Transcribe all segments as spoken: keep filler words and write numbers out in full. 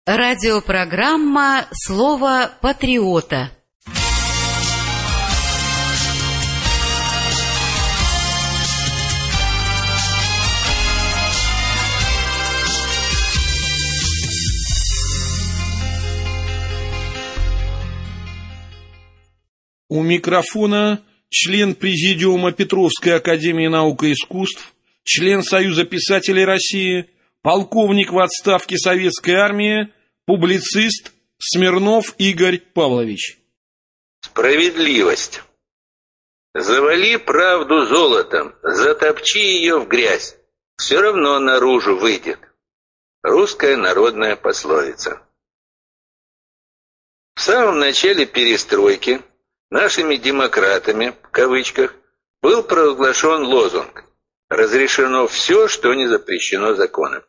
Радиопрограмма «Слово патриота». У микрофона член Президиума Петровской академии наук и искусств, член Союза писателей России, полковник в отставке Советской армии, публицист Смирнов Игорь Павлович. Справедливость. Завали правду золотом, затопчи ее в грязь, все равно наружу выйдет. Русская народная пословица. В самом начале перестройки нашими демократами, в кавычках, был провозглашен лозунг «Разрешено все, что не запрещено законом».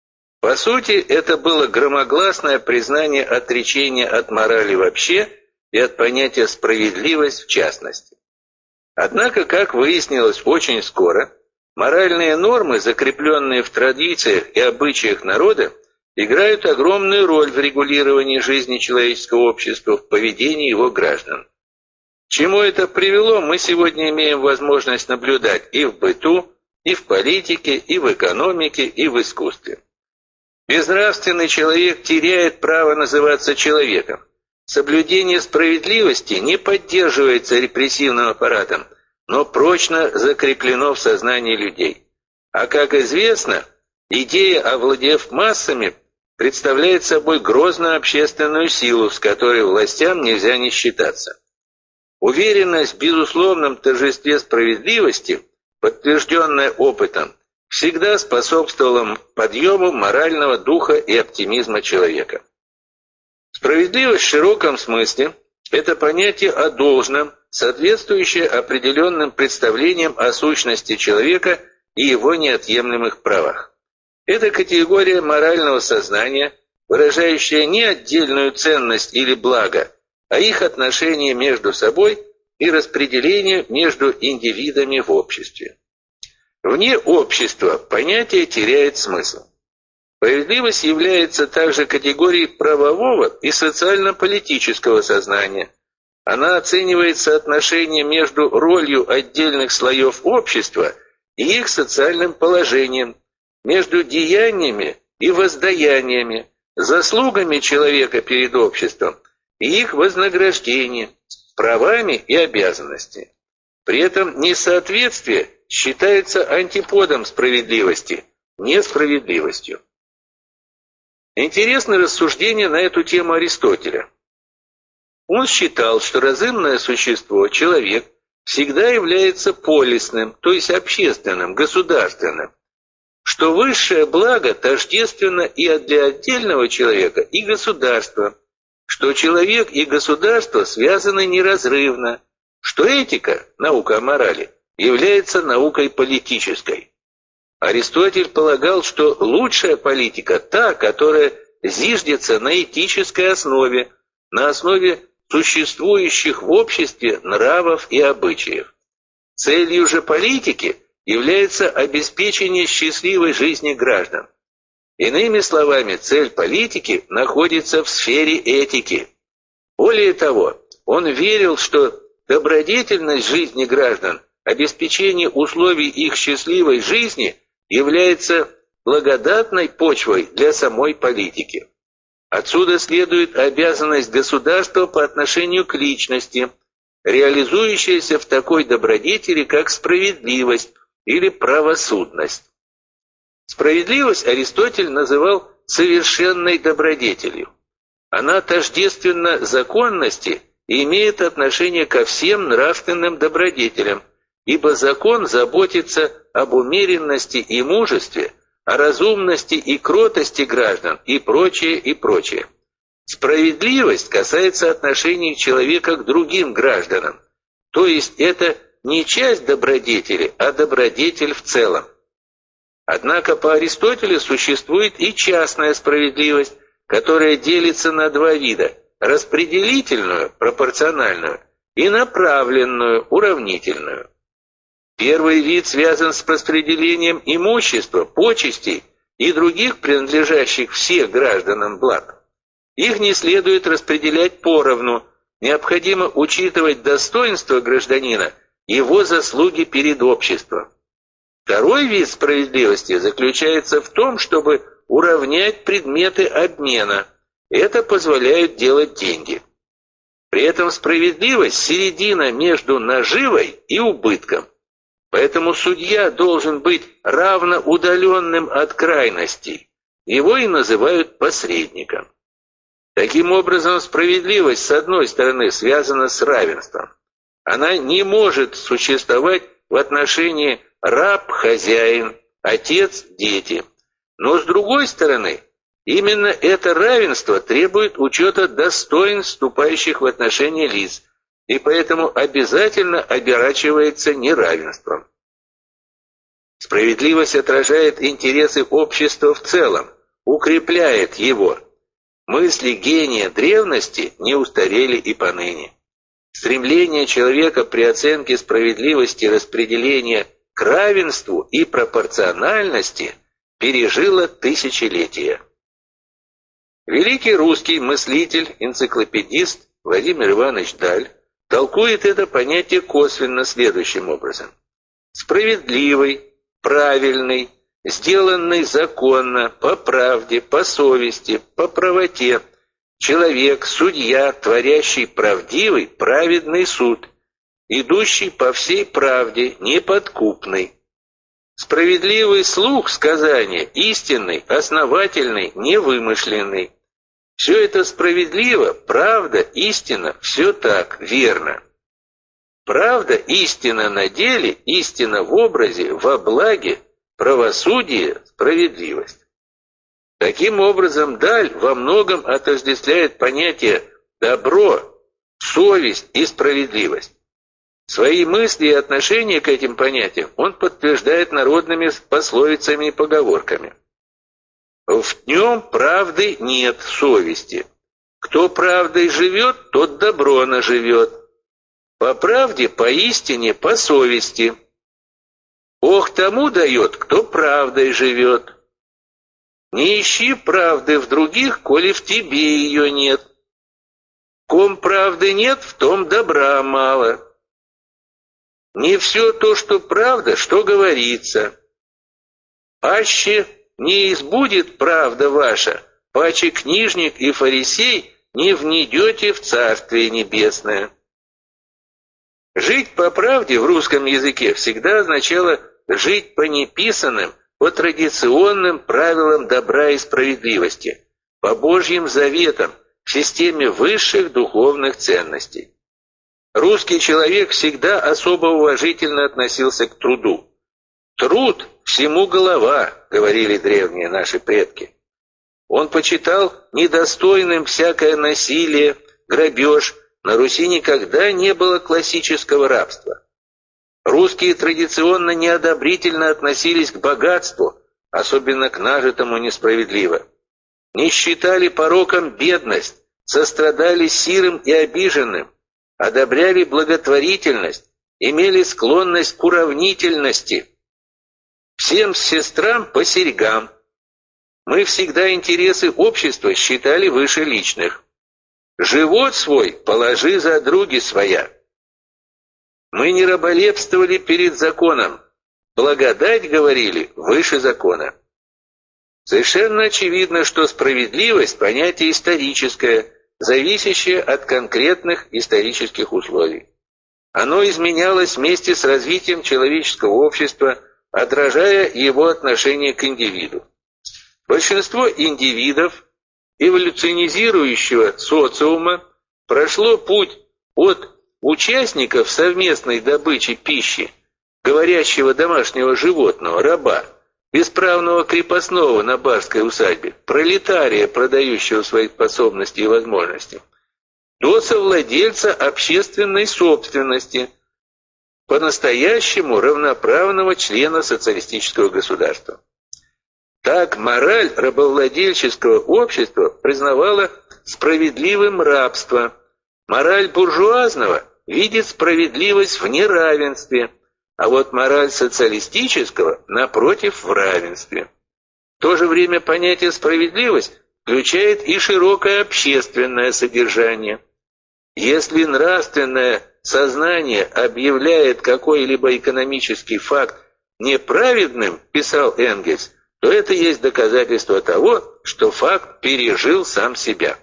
По сути, это было громогласное признание отречения от морали вообще и от понятия «справедливость» в частности. Однако, как выяснилось очень скоро, моральные нормы, закрепленные в традициях и обычаях народа, играют огромную роль в регулировании жизни человеческого общества, в поведении его граждан. К чему это привело, мы сегодня имеем возможность наблюдать и в быту, и в политике, и в экономике, и в искусстве. Безнравственный человек теряет право называться человеком. Соблюдение справедливости не поддерживается репрессивным аппаратом, но прочно закреплено в сознании людей. А как известно, идея, овладев массами, представляет собой грозную общественную силу, с которой властям нельзя не считаться. Уверенность в безусловном торжестве справедливости, подтвержденная опытом, всегда способствовала подъему морального духа и оптимизма человека. Справедливость в широком смысле – это понятие о должном, соответствующее определенным представлениям о сущности человека и его неотъемлемых правах. Это категория морального сознания, выражающая не отдельную ценность или благо, а их отношения между собой и распределение между индивидами в обществе. Вне общества понятие теряет смысл. Справедливость является также категорией правового и социально-политического сознания. Она оценивает соотношение между ролью отдельных слоев общества и их социальным положением, между деяниями и воздаяниями, заслугами человека перед обществом и их вознаграждением, правами и обязанностями. При этом несоответствие считается антиподом справедливости, несправедливостью. Интересно рассуждение на эту тему Аристотеля. Он считал, что разумное существо, человек, всегда является полисным, то есть общественным, государственным, что высшее благо тождественно и для отдельного человека, и государства, что человек и государство связаны неразрывно, что этика, наука о морали, является наукой политической. Аристотель полагал, что лучшая политика та, которая зиждется на этической основе, на основе существующих в обществе нравов и обычаев. Целью же политики является обеспечение счастливой жизни граждан. Иными словами, цель политики находится в сфере этики. Более того, он верил, что добродетельность жизни граждан, обеспечение условий их счастливой жизни является благодатной почвой для самой политики. Отсюда следует обязанность государства по отношению к личности, реализующаяся в такой добродетели, как справедливость или правосудность. Справедливость Аристотель называл совершенной добродетелью. Она тождественна законности и имеет отношение ко всем нравственным добродетелям, ибо закон заботится об умеренности и мужестве, о разумности и кротости граждан и прочее, и прочее. Справедливость касается отношений человека к другим гражданам, то есть это не часть добродетели, а добродетель в целом. Однако по Аристотелю существует и частная справедливость, которая делится на два вида – распределительную, пропорциональную, и направленную, уравнительную. Первый вид связан с распределением имущества, почестей и других принадлежащих всех гражданам благ. Их не следует распределять поровну, необходимо учитывать достоинство гражданина, его заслуги перед обществом. Второй вид справедливости заключается в том, чтобы уравнять предметы обмена. Это позволяет делать деньги. При этом справедливость – середина между наживой и убытком. Поэтому судья должен быть равноудаленным от крайностей. Его и называют посредником. Таким образом, справедливость, с одной стороны, связана с равенством. Она не может существовать в отношении раб-хозяин, отец-дети. Но, с другой стороны, именно это равенство требует учета достоинств вступающих в отношения лиц, и поэтому обязательно оборачивается неравенством. Справедливость отражает интересы общества в целом, укрепляет его. Мысли гения древности не устарели и поныне. Стремление человека при оценке справедливости распределения к равенству и пропорциональности пережило тысячелетия. Великий русский мыслитель, энциклопедист Владимир Иванович Даль толкует это понятие косвенно следующим образом. Справедливый, правильный, сделанный законно, по правде, по совести, по правоте, человек, судья, творящий правдивый, праведный суд, идущий по всей правде, неподкупный. Справедливый слух сказания, истинный, основательный, невымышленный. Все это справедливо, правда, истина, все так, верно. Правда, истина на деле, истина в образе, во благе, правосудие, справедливость. Таким образом, Даль во многом отождествляет понятия добро, совесть и справедливость. Свои мысли и отношения к этим понятиям он подтверждает народными пословицами и поговорками. В нем правды нет совести. Кто правдой живет, тот добро наживет. По правде, по истине, по совести. Бог тому дает, кто правдой живет. Не ищи правды в других, коли в тебе ее нет. В ком правды нет, в том добра мало. Не все то, что правда, что говорится. Аще не избудет правда ваша, паче книжник и фарисей не внидете в Царствие Небесное. Жить по правде в русском языке всегда означало жить по неписанным, по традиционным правилам добра и справедливости, по Божьим заветам, в системе высших духовных ценностей. Русский человек всегда особо уважительно относился к труду. «Труд всему голова», — говорили древние наши предки. Он почитал недостойным всякое насилие, грабеж. На Руси никогда не было классического рабства. Русские традиционно неодобрительно относились к богатству, особенно к нажитому несправедливо. Не считали пороком бедность, сострадали сирым и обиженным, одобряли благотворительность, имели склонность к уравнительности. Всем сестрам по серьгам. Мы всегда интересы общества считали выше личных. Живот свой положи за други своя. Мы не раболепствовали перед законом. Благодать, говорили, выше закона. Совершенно очевидно, что справедливость – понятие историческое, зависящее от конкретных исторических условий. Оно изменялось вместе с развитием человеческого общества, отражая его отношение к индивиду. Большинство индивидов эволюционизирующего социума прошло путь от участников совместной добычи пищи, говорящего домашнего животного, раба, бесправного крепостного на барской усадьбе, пролетария, продающего свои способности и возможности, до совладельца общественной собственности, по-настоящему равноправного члена социалистического государства. Так мораль рабовладельческого общества признавала справедливым рабство. Мораль буржуазного видит справедливость в неравенстве, а вот мораль социалистического, напротив, в равенстве. В то же время понятие «справедливость» включает и широкое общественное содержание. Если нравственное сознание объявляет какой-либо экономический факт неправедным, писал Энгельс, то это есть доказательство того, что факт пережил сам себя.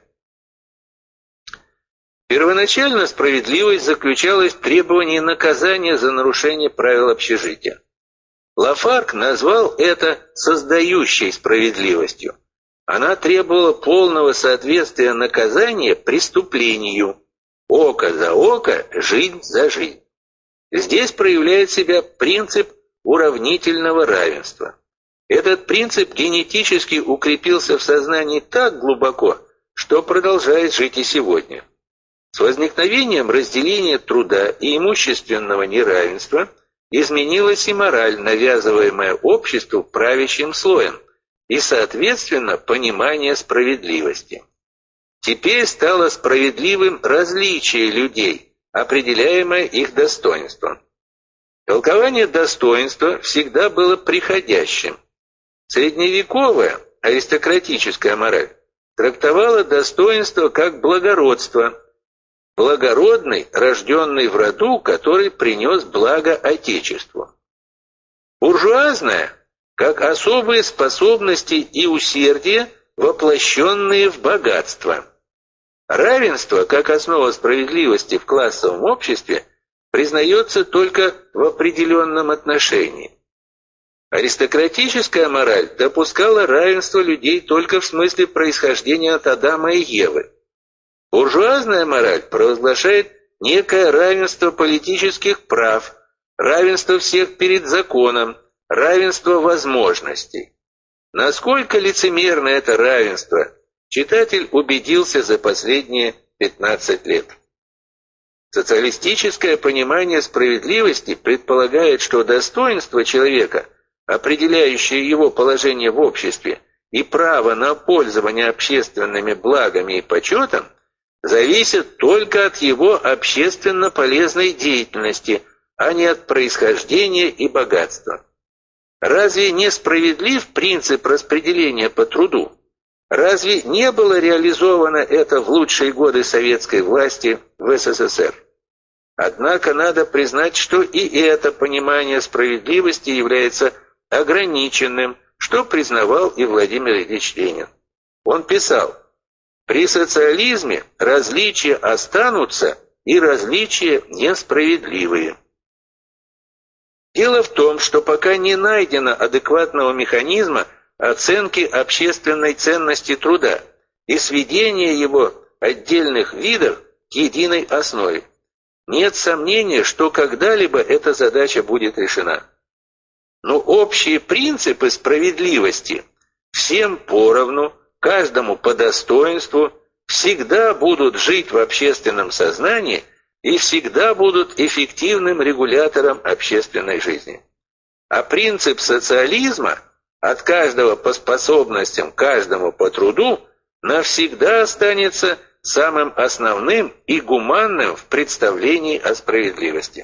Первоначально справедливость заключалась в требовании наказания за нарушение правил общежития. Лафарг назвал это создающей справедливостью. Она требовала полного соответствия наказания преступлению. Око за око, жизнь за жизнь. Здесь проявляет себя принцип уравнительного равенства. Этот принцип генетически укрепился в сознании так глубоко, что продолжает жить и сегодня. С возникновением разделения труда и имущественного неравенства изменилась и мораль, навязываемая обществу правящим слоем, и, соответственно, понимание справедливости. Теперь стало справедливым различие людей, определяемое их достоинством. Толкование достоинства всегда было приходящим. Средневековая аристократическая мораль трактовала достоинство как благородство, благородный, рожденный в роду, который принес благо Отечеству. Буржуазная, как особые способности и усердие, воплощенные в богатство. Равенство, как основа справедливости в классовом обществе, признается только в определенном отношении. Аристократическая мораль допускала равенство людей только в смысле происхождения от Адама и Евы. Буржуазная мораль провозглашает некое равенство политических прав, равенство всех перед законом, равенство возможностей. Насколько лицемерно это равенство, читатель убедился за последние пятнадцать лет. Социалистическое понимание справедливости предполагает, что достоинство человека, определяющее его положение в обществе, и право на пользование общественными благами и почетом, зависят только от его общественно полезной деятельности, а не от происхождения и богатства. Разве не справедлив принцип распределения по труду? Разве не было реализовано это в лучшие годы советской власти в СССР? Однако надо признать, что и это понимание справедливости является ограниченным, что признавал и Владимир Ильич Ленин. Он писал: «При социализме различия останутся, и различия несправедливые». Дело в том, что пока не найдено адекватного механизма оценки общественной ценности труда и сведения его отдельных видов к единой основе. Нет сомнения, что когда-либо эта задача будет решена. Но общие принципы справедливости всем поровну, каждому по достоинству, всегда будут жить в общественном сознании и всегда будут эффективным регулятором общественной жизни. А принцип социализма от каждого по способностям, каждому по труду навсегда останется самым основным и гуманным в представлении о справедливости.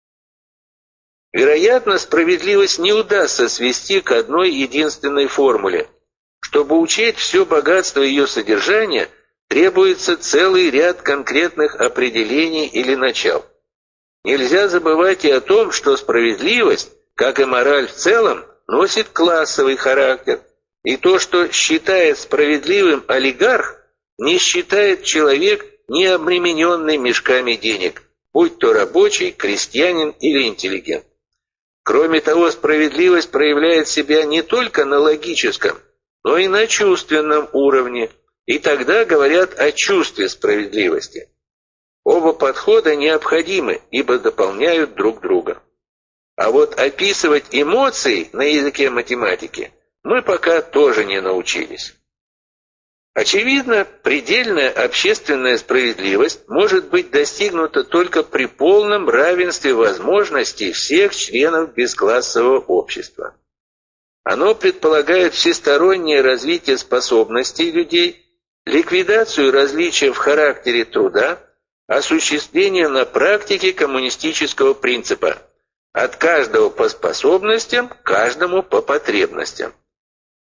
Вероятно, справедливость не удастся свести к одной единственной формуле. Чтобы учесть все богатство ее содержания, требуется целый ряд конкретных определений или начал. Нельзя забывать и о том, что справедливость, как и мораль в целом, носит классовый характер, и то, что считает справедливым олигарх, не считает человек, не обремененный мешками денег, будь то рабочий, крестьянин или интеллигент. Кроме того, справедливость проявляет себя не только на логическом, но и на чувственном уровне, и тогда говорят о чувстве справедливости. Оба подхода необходимы, ибо дополняют друг друга. А вот описывать эмоции на языке математики мы пока тоже не научились. Очевидно, предельная общественная справедливость может быть достигнута только при полном равенстве возможностей всех членов бесклассового общества. Оно предполагает всестороннее развитие способностей людей, ликвидацию различия в характере труда, осуществление на практике коммунистического принципа «от каждого по способностям, каждому по потребностям».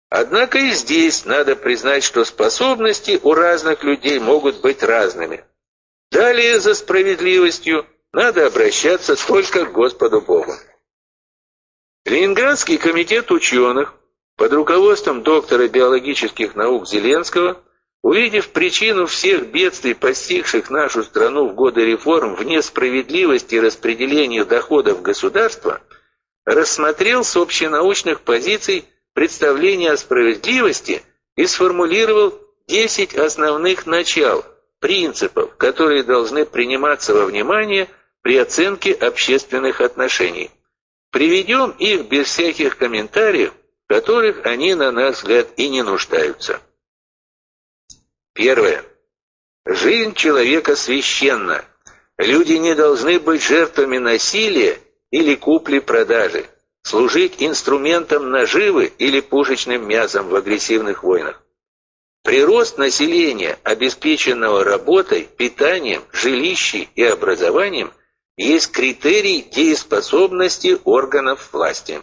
Однако и здесь надо признать, что способности у разных людей могут быть разными. Далее за справедливостью надо обращаться только к Господу Богу. Ленинградский комитет ученых под руководством доктора биологических наук Зеленского, увидев причину всех бедствий, постигших нашу страну в годы реформ в несправедливости распределения доходов государства, рассмотрел с общенаучных позиций представление о справедливости и сформулировал десять основных начал, принципов, которые должны приниматься во внимание при оценке общественных отношений. Приведем их без всяких комментариев, в которых они, на наш взгляд, и не нуждаются. Первое. Жизнь человека священна. Люди не должны быть жертвами насилия или купли-продажи, служить инструментом наживы или пушечным мясом в агрессивных войнах. Прирост населения, обеспеченного работой, питанием, жилищем и образованием, есть критерий дееспособности органов власти.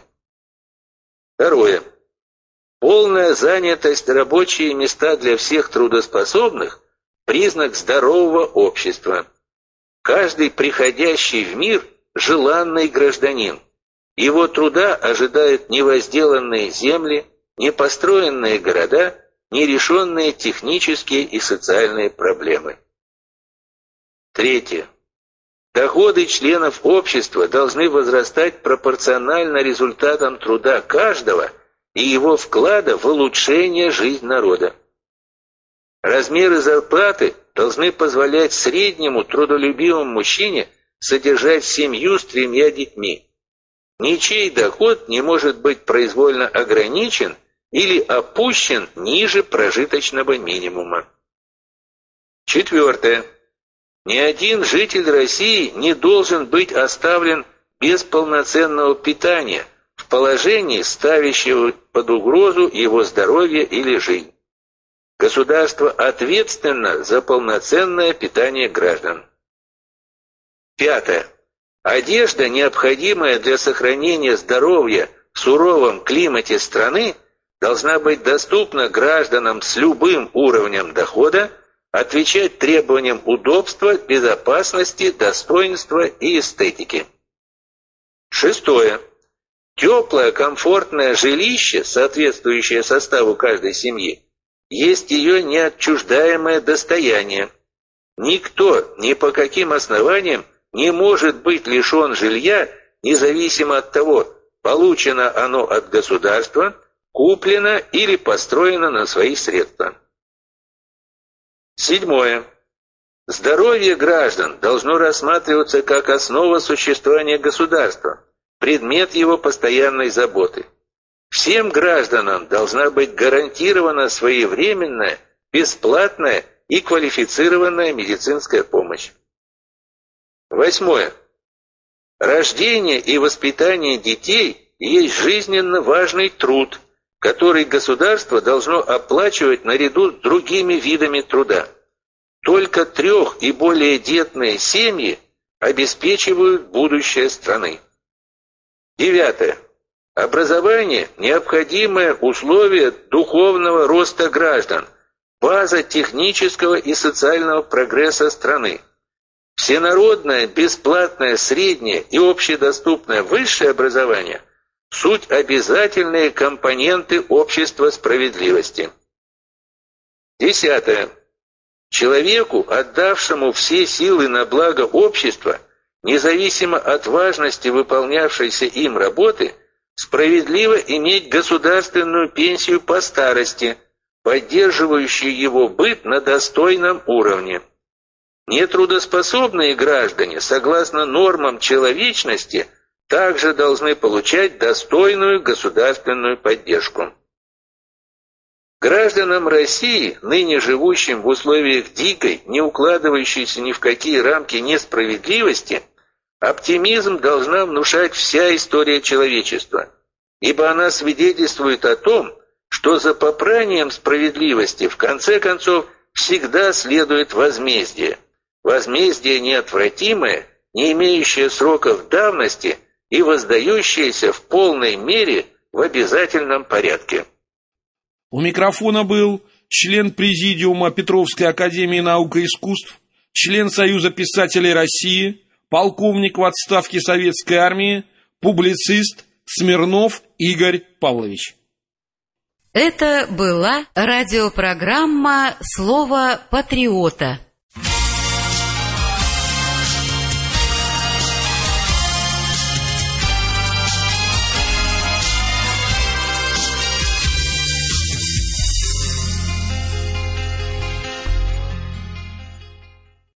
Второе. Полная занятость, рабочие места для всех трудоспособных – признак здорового общества. Каждый приходящий в мир – желанный гражданин. Его труда ожидают невозделанные земли, непостроенные города, нерешенные технические и социальные проблемы. Третье. Доходы членов общества должны возрастать пропорционально результатам труда каждого и его вклада в улучшение жизни народа. Размеры зарплаты должны позволять среднему трудолюбивому мужчине содержать семью с тремя детьми. Ничей доход не может быть произвольно ограничен или опущен ниже прожиточного минимума. Четвертое. Ни один житель России не должен быть оставлен без полноценного питания в положении, ставящего под угрозу его здоровье или жизнь. Государство ответственно за полноценное питание граждан. Пятое. Одежда, необходимая для сохранения здоровья в суровом климате страны, должна быть доступна гражданам с любым уровнем дохода, отвечать требованиям удобства, безопасности, достоинства и эстетики. Шестое. Теплое, комфортное жилище, соответствующее составу каждой семьи, есть ее неотчуждаемое достояние. Никто ни по каким основаниям не может быть лишен жилья, независимо от того, получено оно от государства, куплено или построено на свои средства. Седьмое. Здоровье граждан должно рассматриваться как основа существования государства, предмет его постоянной заботы. Всем гражданам должна быть гарантирована своевременная, бесплатная и квалифицированная медицинская помощь. Восьмое. Рождение и воспитание детей есть жизненно важный труд, который государство должно оплачивать наряду с другими видами труда. Только трех- и более детные семьи обеспечивают будущее страны. Девятое. Образование – необходимое условие духовного роста граждан, база технического и социального прогресса страны. Всенародное, бесплатное, среднее и общедоступное высшее образование – суть обязательные компоненты общества справедливости. Десятое. Человеку, отдавшему все силы на благо общества, независимо от важности выполнявшейся им работы, справедливо иметь государственную пенсию по старости, поддерживающую его быт на достойном уровне. Нетрудоспособные граждане, согласно нормам человечности, также должны получать достойную государственную поддержку. Гражданам России, ныне живущим в условиях дикой, не укладывающейся ни в какие рамки несправедливости, оптимизм должна внушать вся история человечества, ибо она свидетельствует о том, что за попранием справедливости в конце концов всегда следует возмездие. Возмездие неотвратимое, не имеющее сроков давности и воздающееся в полной мере в обязательном порядке. У микрофона был член Президиума Петровской академии наук и искусств, член Союза писателей России, полковник в отставке Советской армии, публицист Смирнов Игорь Павлович. Это была радиопрограмма «Слово патриота».